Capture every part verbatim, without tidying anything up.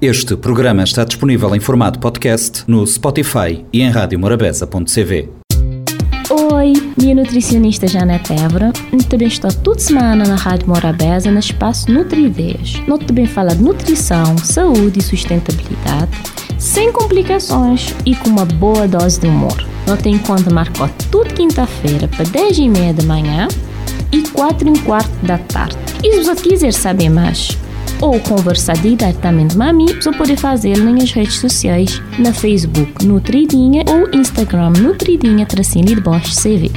Este programa está disponível em formato podcast no Spotify e em rádio morabeza ponto c v. Oi, minha nutricionista Janete Évora. Eu também estou toda semana na Rádio Morabeza, no espaço Nutri-Ideias. Nós também falamos de nutrição, saúde e sustentabilidade, sem complicações e com uma boa dose de humor. Nós temos encontro marcado toda quinta-feira para dez e meia da manhã e quatro e quarto da tarde. E se você quiser saber mais ou conversar diretamente comigo, você pode fazê-lo nas redes sociais, na Facebook Nutridinha ou Instagram Nutridinha tracinho de Bosch C V.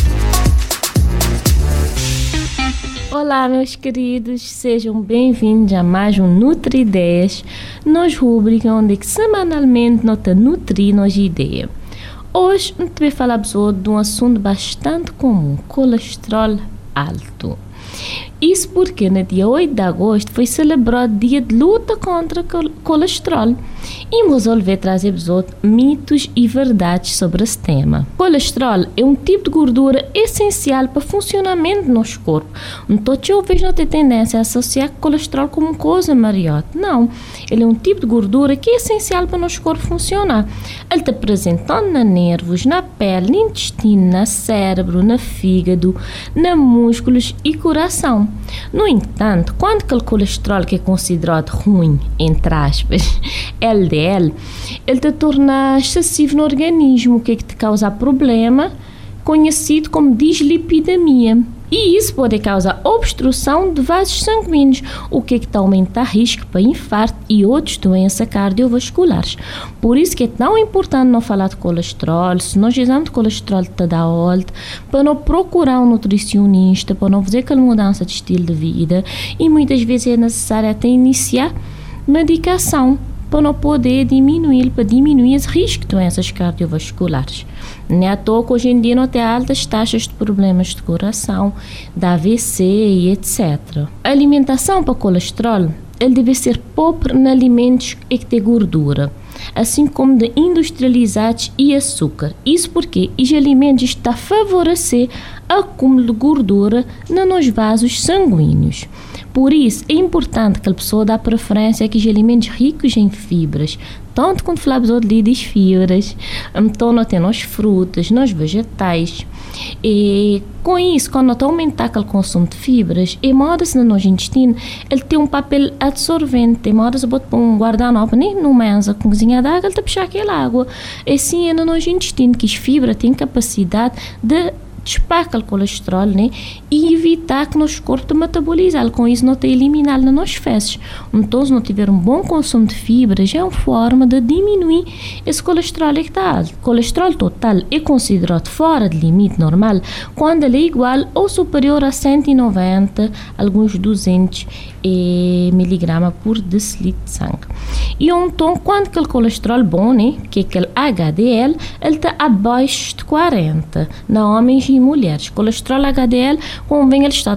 Olá, meus queridos, sejam bem-vindos a mais um Nutri-Ideias, nos rubrica onde semanalmente nós nutrimos ideias. Hoje, eu vou falar de um assunto bastante comum, colesterol alto. Isso porque no dia oito de agosto foi celebrado o dia de luta contra o colesterol e vamos resolver trazer mitos e verdades sobre esse tema. Colesterol é um tipo de gordura essencial para o funcionamento do nosso corpo. Então, talvez não tenha tendência a associar colesterol como uma coisa mariota. Não, ele é um tipo de gordura que é essencial para o nosso corpo funcionar. Ele está presente nos nervos, na pele, no intestino, no cérebro, no fígado, nos músculos e coração. No entanto, quando aquele colesterol que é considerado ruim, entre aspas, L D L, ele te torna excessivo no organismo, o que é que te causa problema, conhecido como dislipidemia. E isso pode causar obstrução de vasos sanguíneos, o que é que te aumenta o risco para infarto e outras doenças cardiovasculares. Por isso que é tão importante não falar de colesterol, se nós dizemos que o colesterol está da alta, para não procurar um nutricionista, para não fazer aquela mudança de estilo de vida, e muitas vezes é necessário até iniciar medicação para não poder diminuir, para diminuir os riscos de doenças cardiovasculares. Não é à toa que hoje em dia não tem altas taxas de problemas de coração, de A V C e etcétera. A alimentação para colesterol, ele deve ser pobre em alimentos que têm gordura, assim como de industrializados e açúcar. Isso porque os alimentos estão a favorecer o acúmulo de gordura nos vasos sanguíneos. Por isso, é importante que a pessoa dê preferência a alimentos ricos em fibras, tanto quando falamos de fibras, então nós temos as frutas, nos vegetais. E com isso, quando nós aumentamos o consumo de fibras, e moda-se no nosso intestino, ele tem um papel absorvente. E moda-se pode pôr um guardanapo nem no mesa com cozinha d'água, ele está puxar aquela água. E assim é no nosso intestino que as fibras têm capacidade de despar aquele colesterol, né? E evitar que nosso corpo metabolize. Com isso, não tem eliminado nas nossas fezes. Então, se não tiver um bom consumo de fibras, é uma forma de diminuir esse colesterol que está alto. O colesterol total é considerado fora do limite normal quando ele é igual ou superior a cento e noventa, alguns duzentos miligramas por decilitro de sangue. E então, quando aquele colesterol bom, né, que é aquele H D L, ele está abaixo de quarenta, na homens e mulheres. Colesterol H D L, convém ele estar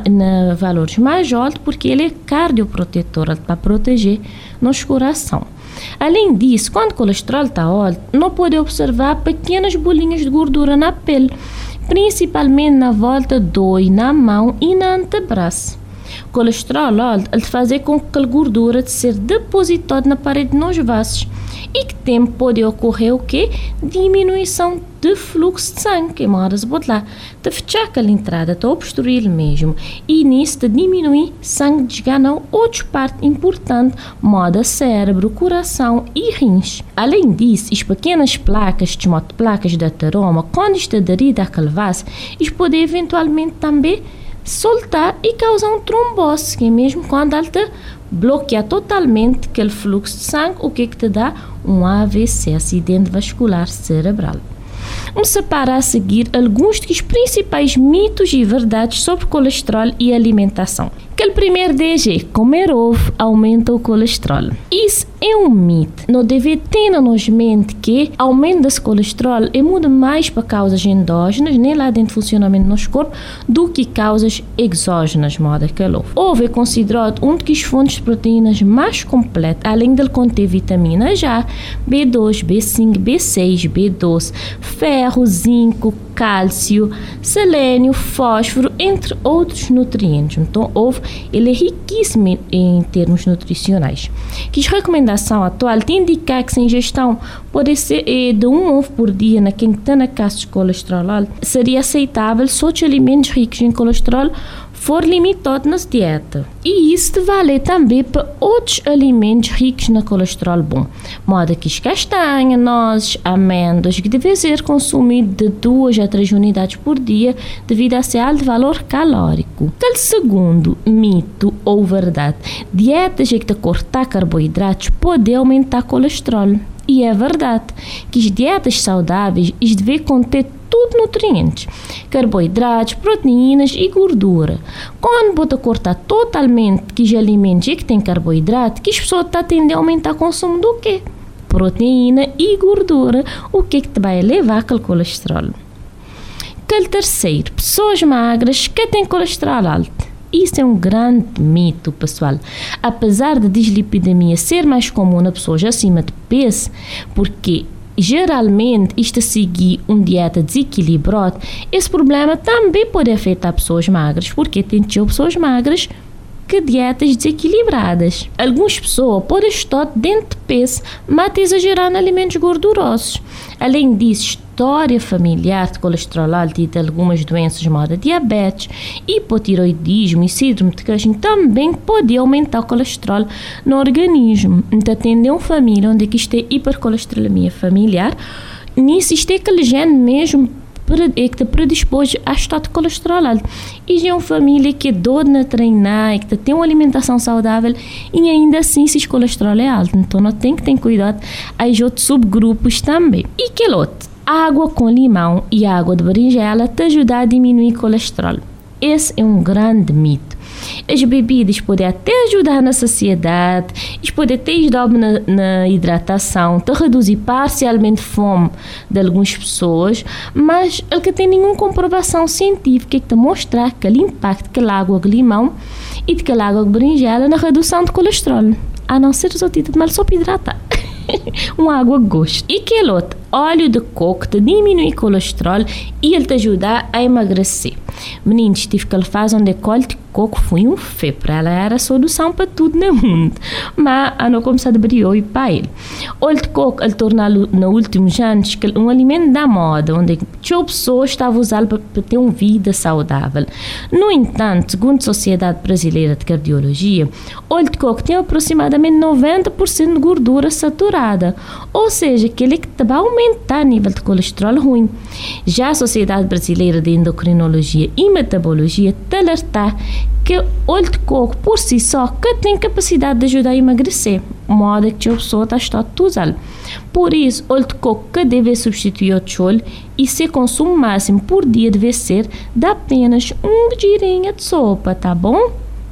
em valores mais altos, porque ele é cardioprotetor, ele para proteger nosso coração. Além disso, quando o colesterol está alto, não pode observar pequenas bolinhas de gordura na pele, principalmente na volta do olho, na mão e na antebraço. O colesterol alto, ele faz com que a gordura de ser depositada na parede dos vasos e que tempo pode ocorrer o quê? Diminuição de fluxo de sangue, que uma hora se pode lá de fechar aquela entrada, de obstruir mesmo, e nisso de diminuir sangue de chegar a outra parte importante, moda cérebro, coração e rins. Além disso, as pequenas placas, chamadas placas de ateroma, quando está aderida àquele vaso, eles podem eventualmente também soltar e causar um trombose, que é mesmo quando ele te bloqueia totalmente aquele fluxo de sangue, o que é que te dá? Um A V C, acidente vascular cerebral. Vamos separar a seguir alguns dos principais mitos e verdades sobre colesterol e alimentação. Aquele primeiro deles é comer ovo aumenta o colesterol. Isso é um mito. Não deve ter na nossa mente que aumento desse colesterol é muito mais para causas endógenas, nem lá dentro do funcionamento do nosso corpo, do que causas exógenas, modo aquele ovo. Ovo é considerado um dos fontes de proteínas mais completas, além de ele conter vitamina A, B dois, B cinco, B seis, B doze, ferro, zinco, cálcio, selênio, fósforo, entre outros nutrientes. Então, ovo ele é riquíssimo em termos nutricionais. Que a recomendação atual te indica que essa ingestão pode ser de um ovo por dia na quem está na casa de colesterol alto, seria aceitável se os alimentos ricos em colesterol for limitado nas dietas. E isso vale também para outros alimentos ricos na colesterol bom, modo que as castanhas, nozes, amêndoas, que devem ser consumidos de duas a três unidades por dia devido a seu alto valor calórico. Aquele segundo mito ou verdade, dietas que te cortar carboidratos pode aumentar colesterol. E é verdade que as dietas saudáveis devem conter tudo nutrientes, carboidratos, proteínas e gordura. Quando você cortar totalmente que os alimentos que têm carboidrato, que as pessoas estão tendendo a aumentar o consumo do quê? Proteína e gordura, o que, que te vai levar aquele colesterol. Aquele terceiro, pessoas magras que têm colesterol alto. Isso é um grande mito, pessoal. Apesar da dislipidemia ser mais comum nas pessoas acima de peso, porque geralmente isto a seguir uma dieta desequilibrada, esse problema também pode afetar pessoas magras, porque tem pessoas magras que dietas desequilibradas. Algumas pessoas podem estar dentro de peso, mas exagerar em alimentos gordurosos. Além disso, história familiar de colesterol alto e de algumas doenças como diabetes, hipotiroidismo e síndrome de Cushing também pode aumentar o colesterol no organismo. Então, atender uma família onde existe hipercolesterolemia familiar, nisso existe aquele gene mesmo é que te predispôs a estar de colesterol alto. E é uma família que é doida a treinar, que tem uma alimentação saudável e ainda assim se o colesterol é alto. Então, não tem que ter cuidado aos outros subgrupos também. E que outro? Água com limão e água de berinjela te ajudar a diminuir o colesterol. Esse é um grande mito. As bebidas podem até ajudar na saciedade, eles podem até ajudar na, na hidratação, te reduzir parcialmente a fome de algumas pessoas, mas ele que tem nenhuma comprovação científica que te mostrar aquele impacto que a água de limão e de que a água de berinjela na redução de colesterol, a não ser o título de mal só para hidratar. Uma água de gosto. E que outro? Óleo de coco te diminui o colesterol e ele te ajuda a emagrecer. Meninos, tive que ele faz onde óleo de coco foi um febre. Ela era a solução para tudo no mundo. Mas a não começar a brilhar para ele. Óleo de coco, ele torna nos últimos anos um alimento da moda, onde a pessoa estava a usá-lo para, para ter uma vida saudável. No entanto, segundo a Sociedade Brasileira de Cardiologia, óleo de coco tem aproximadamente noventa por cento de gordura saturada. Ou seja, aquele que te vai aumentar o nível de colesterol ruim. Já a Sociedade Brasileira de Endocrinologia e Metabologia te alertar que óleo de coco por si só que tem capacidade de ajudar a emagrecer, modo que a pessoa está a usá-lo. Por isso, óleo de coco que deve substituir o óleo e seu consumo máximo por dia deve ser de apenas uma girinha de sopa, tá bom?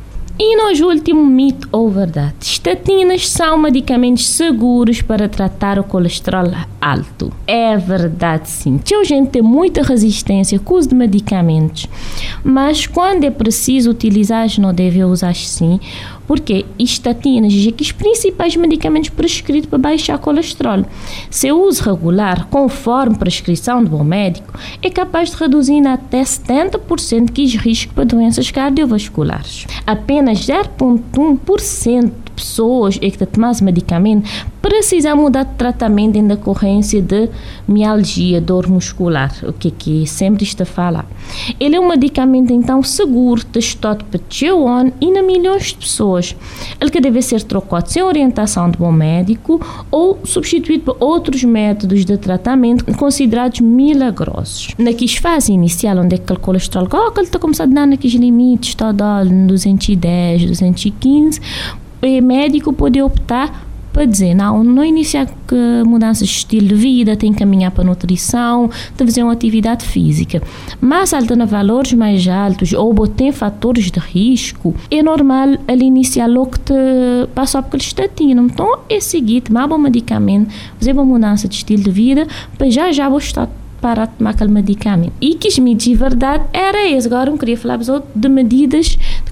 E nos último mito ou verdade, estatinas são medicamentos seguros para tratar o colesterol alto. É verdade, sim. A gente tem muita resistência com os medicamentos, mas quando é preciso utilizar, não deve usar sim, porque estatinas são os principais medicamentos prescritos para baixar o colesterol. Se o uso regular, conforme prescrição do bom médico, é capaz de reduzir até setenta por cento os riscos para doenças cardiovasculares. Apenas zero vírgula um por cento de pessoas que tomam esse medicamento precisam mudar de tratamento em decorrência de mialgia, dor muscular, o que que sempre está a falar. Ele é um medicamento então seguro, testado para teu ano e na milhões de pessoas. Ele que deve ser trocado sem orientação de bom médico ou substituído por outros métodos de tratamento considerados milagrosos. Naquela fase inicial, onde é que o colesterol oh, ele está começando a dar naqueles limites, está a dar duzentos e dez, duzentos e quinze, o médico pode optar para dizer, não, não iniciar mudanças de estilo de vida, tem que caminhar para a nutrição, tem que fazer uma atividade física. Mas alternando valores mais altos ou tem fatores de risco, é normal ele iniciar logo que te passar por estatina. Então, é seguir, tomar um medicamento, fazer uma mudança de estilo de vida, para já já vou estar para tomar aquele medicamento. E que os mitos de verdade era esse. Agora eu queria falar de medidas de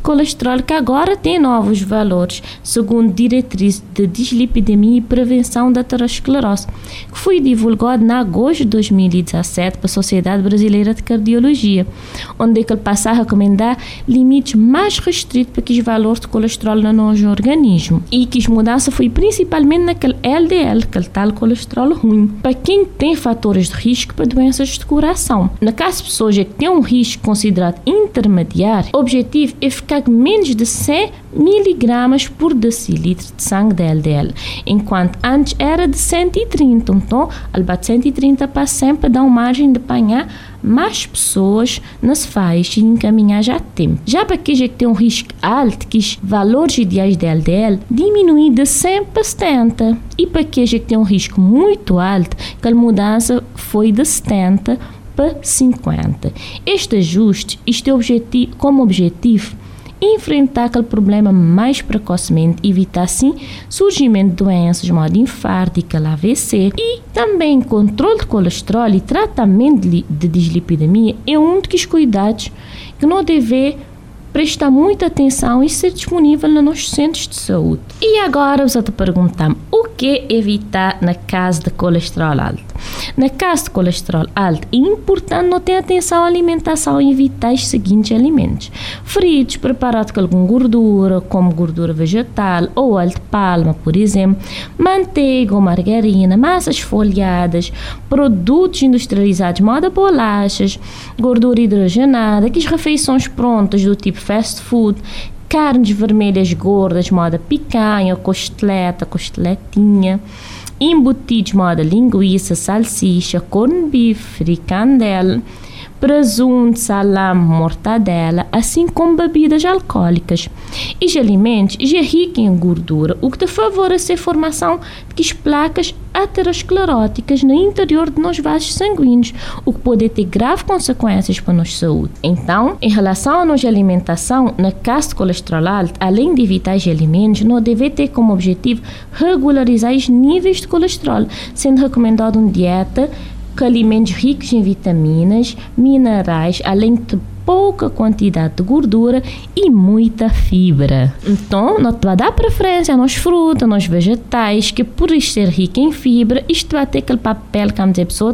colesterol que agora tem novos valores, segundo diretriz de dislipidemia e prevenção da aterosclerose, que foi divulgado em agosto de dois mil e dezassete para a Sociedade Brasileira de Cardiologia, onde é que ele passa a recomendar limites mais restritos para que os valores de colesterol no nosso organismo. E que a mudança foi principalmente naquele L D L, aquele tal colesterol ruim, para quem tem fatores de risco para doenças de coração. Na caso de pessoas que têm um risco considerado intermediário, o objetivo é ficar com menos de cem miligramas por decilitro de sangue de L D L, enquanto antes era de cento e trinta. Então, ele bate cento e trinta para sempre, dá uma margem de apanhar mais pessoas nas faixas e encaminhar já a tempo. Já para quem já tem um risco alto, que os valores ideais de L D L diminuem de cem para setenta. E para quem já tem um risco muito alto, que a mudança foi de setenta para cinquenta. Este ajuste este é objetivo, como objetivo enfrentar aquele problema mais precocemente, evitar assim surgimento de doenças de modo infarto e A V C. E também controle de colesterol e tratamento de dislipidemia é um dos cuidados que não deve prestar muita atenção e ser disponível nos nossos centros de saúde. E agora você te perguntar o que evitar na caso de colesterol alto. Na caso de colesterol alto, é importante não ter atenção à alimentação e evitar os seguintes alimentos: fritos preparados com alguma gordura, como gordura vegetal ou óleo de palma, por exemplo, manteiga ou margarina, massas folhadas, produtos industrializados, moda bolachas, gordura hidrogenada, que as refeições prontas do tipo fast food, carnes vermelhas gordas, moda picanha, costeleta, costeletinha, embutidos, moda linguiça, salsicha, corn beef, fricandela, presunto, salame, mortadela, assim como bebidas alcoólicas. Os alimentos já ricos em gordura, o que te favorece a formação de placas ateroscleróticas no interior de nossos vasos sanguíneos, o que pode ter graves consequências para a nossa saúde. Então, em relação à nossa alimentação, na caso de colesterol alto, além de evitar os alimentos, não deve ter como objetivo regularizar os níveis de colesterol, sendo recomendado uma dieta com alimentos ricos em vitaminas, minerais, além de pouca quantidade de gordura e muita fibra. Então, não te vai dar preferência nos frutos, nos vegetais, que por ser rico em fibra, isto vai ter aquele papel, como dizer, pessoa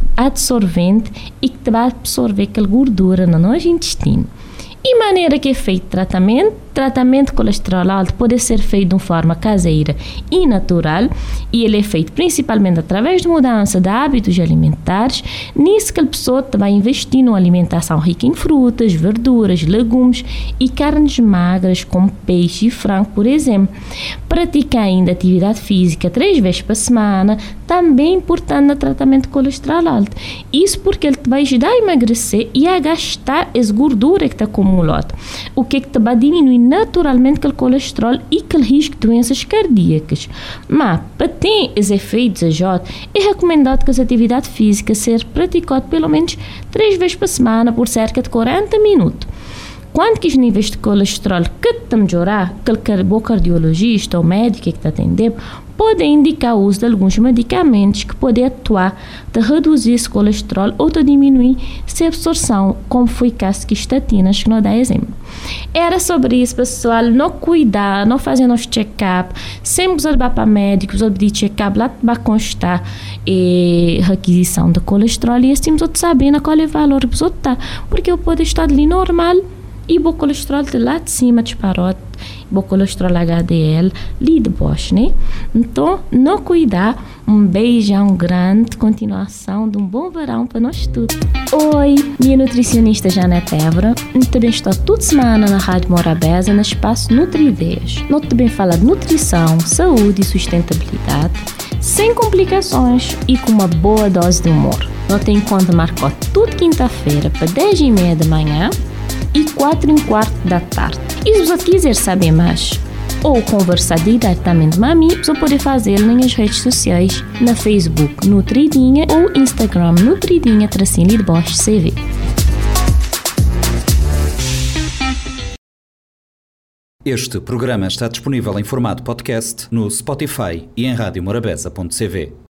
absorvente e que te vai absorver aquela gordura no nosso intestino. E maneira que é feito tratamento? Tratamento de colesterol alto pode ser feito de uma forma caseira e natural, e ele é feito principalmente através de mudança de hábitos alimentares. Nisso que a pessoa vai investir numa alimentação rica em frutas, verduras, legumes e carnes magras como peixe e frango, por exemplo. Praticar ainda atividade física três vezes por semana, também é importante no tratamento de colesterol alto. Isso porque ele te vai ajudar a emagrecer e a gastar essa gordura que está acumulada, o que, é que te vai diminuir naturalmente aquele colesterol e aquele risco de doenças cardíacas. Mas, para ter os efeitos desejados, é recomendado que a atividade física seja praticada pelo menos três vezes por semana por cerca de quarenta minutos. Quando que os níveis de colesterol que te melhorar, aquele bom cardiologista ou médico que te atender pode indicar o uso de alguns medicamentos que podem atuar de reduzir esse colesterol ou de diminuir essa absorção, como foi o caso de estatinas, que não dá exemplo. Era sobre isso, pessoal. Não cuidar, não fazer nosso check-up, sempre usar para médico, usar de check-up lá para constar a requisição de colesterol e assim você sabendo qual é o valor que você está, porque eu posso estar ali normal e o colesterol de lá de cima disparou, o colesterol H D L ali de baixo, né? Então, não cuidar. Um beijão grande, continuação de um bom verão para nós todos. Oi, minha nutricionista Janete Évora. Eu também estou toda semana na Rádio Morabeza, no espaço Nutri-Ideias. Nós também fala de nutrição, saúde e sustentabilidade, sem complicações e com uma boa dose de humor. Nós tem conta marcou toda quinta-feira para dez e meia da manhã e quatro e um quarto da tarde. E se você quiser saber mais ou conversar diretamente com a mim, você pode fazê-lo nas redes sociais, na Facebook Nutridinha ou Instagram Nutridinha tracinho de Bosch C V. Este programa está disponível em formato podcast no Spotify e em rádio morabeza ponto c v.